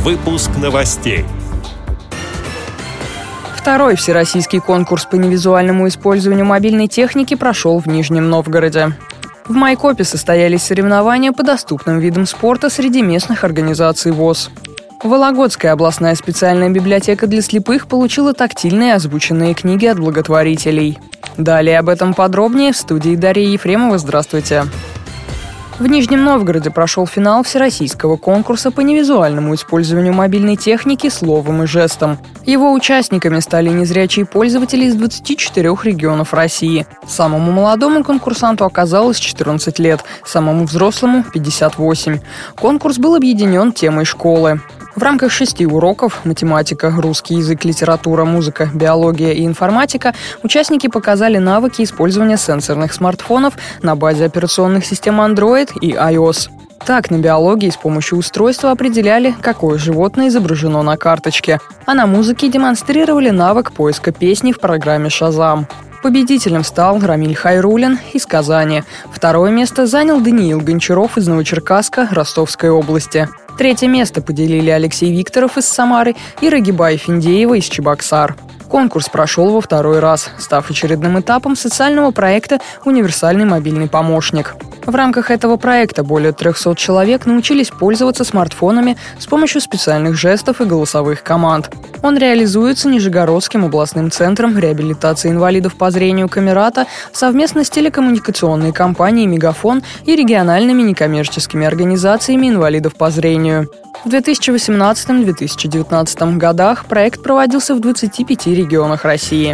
Выпуск новостей. Второй всероссийский конкурс по невизуальному использованию мобильной техники прошел в Нижнем Новгороде. В Майкопе состоялись соревнования по доступным видам спорта среди местных организаций ВОС. Вологодская областная специальная библиотека для слепых получила тактильные озвученные книги от благотворителей. Далее об этом подробнее в студии Дарья Ефремова. Здравствуйте. В Нижнем Новгороде прошел финал всероссийского конкурса по невизуальному использованию мобильной техники словом и жестом. Его участниками стали незрячие пользователи из 24 регионов России. Самому молодому конкурсанту оказалось 14 лет, самому взрослому – 58. Конкурс был объединен темой школы. В рамках 6 уроков – математика, русский язык, литература, музыка, биология и информатика – участники показали навыки использования сенсорных смартфонов на базе операционных систем Android и iOS. Так, на биологии с помощью устройства определяли, какое животное изображено на карточке, а на музыке демонстрировали навык поиска песни в программе Shazam. Победителем стал Рамиль Хайруллин из Казани. Второе место занял Даниил Гончаров из Новочеркасска Ростовской области. Третье место поделили Алексей Викторов из Самары и Рагибай Финдеева из Чебоксар. Конкурс прошел во второй раз, став очередным этапом социального проекта «Универсальный мобильный помощник». В рамках этого проекта более 300 человек научились пользоваться смартфонами с помощью специальных жестов и голосовых команд. Он реализуется Нижегородским областным центром реабилитации инвалидов по зрению «Камерата» совместно с телекоммуникационной компанией «Мегафон» и региональными некоммерческими организациями инвалидов по зрению. В 2018-2019 годах проект проводился в 25 регионах России.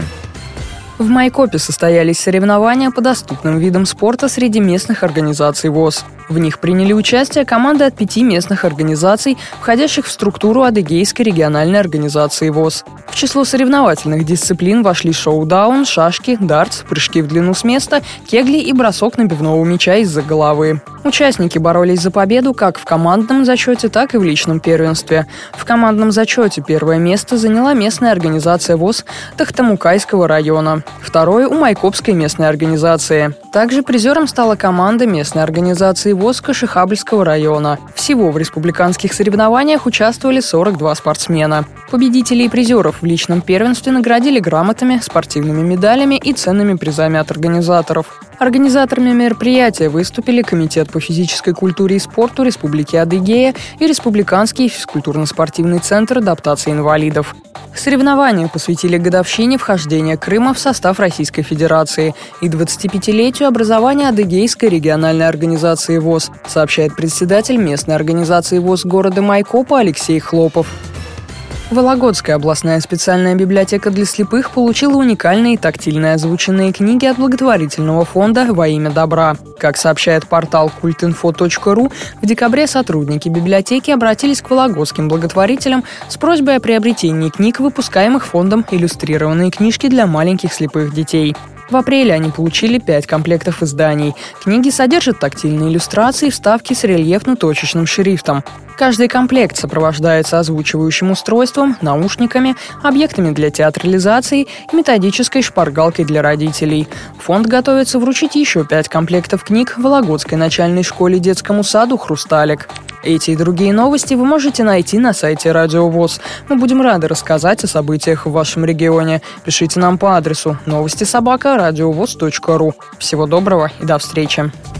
В Майкопе состоялись соревнования по доступным видам спорта среди местных организаций ВОС. В них приняли участие команды от 5 местных организаций, входящих в структуру Адыгейской региональной организации ВОС. В число соревновательных дисциплин вошли шоу-даун, шашки, дартс, прыжки в длину с места, кегли и бросок набивного мяча из-за головы. Участники боролись за победу как в командном зачете, так и в личном первенстве. В командном зачете первое место заняла местная организация ВОС Тахтамукайского района. Второе – у Майкопской местной организации. Также призером стала команда местной организации ВОС Кашихабльского района. Всего в республиканских соревнованиях участвовали 42 спортсмена. Победителей и призеров в личном первенстве наградили грамотами, спортивными медалями и ценными призами от организаторов. Организаторами мероприятия выступили Комитет по физической культуре и спорту Республики Адыгея и Республиканский физкультурно-спортивный центр адаптации инвалидов. Соревнования посвятили годовщине вхождения Крыма в состав Российской Федерации и 25-летию образования Адыгейской региональной организации ВОС, сообщает председатель местной организации ВОС города Майкопа Алексей Хлопов. Вологодская областная специальная библиотека для слепых получила уникальные тактильные озвученные книги от благотворительного фонда «Во имя добра». Как сообщает портал kultinfo.ru, в декабре сотрудники библиотеки обратились к вологодским благотворителям с просьбой о приобретении книг, выпускаемых фондом «Иллюстрированные книжки для маленьких слепых детей». В апреле они получили 5 комплектов изданий. Книги содержат тактильные иллюстрации и вставки с рельефно-точечным шрифтом. Каждый комплект сопровождается озвучивающим устройством, наушниками, объектами для театрализации и методической шпаргалкой для родителей. Фонд готовится вручить еще 5 комплектов книг Вологодской начальной школе детскому саду «Хрусталик». Эти и другие новости вы можете найти на сайте Радио ВОС. Мы будем рады рассказать о событиях в вашем регионе. Пишите нам по адресу новости@радиовос.ру. Всего доброго и до встречи.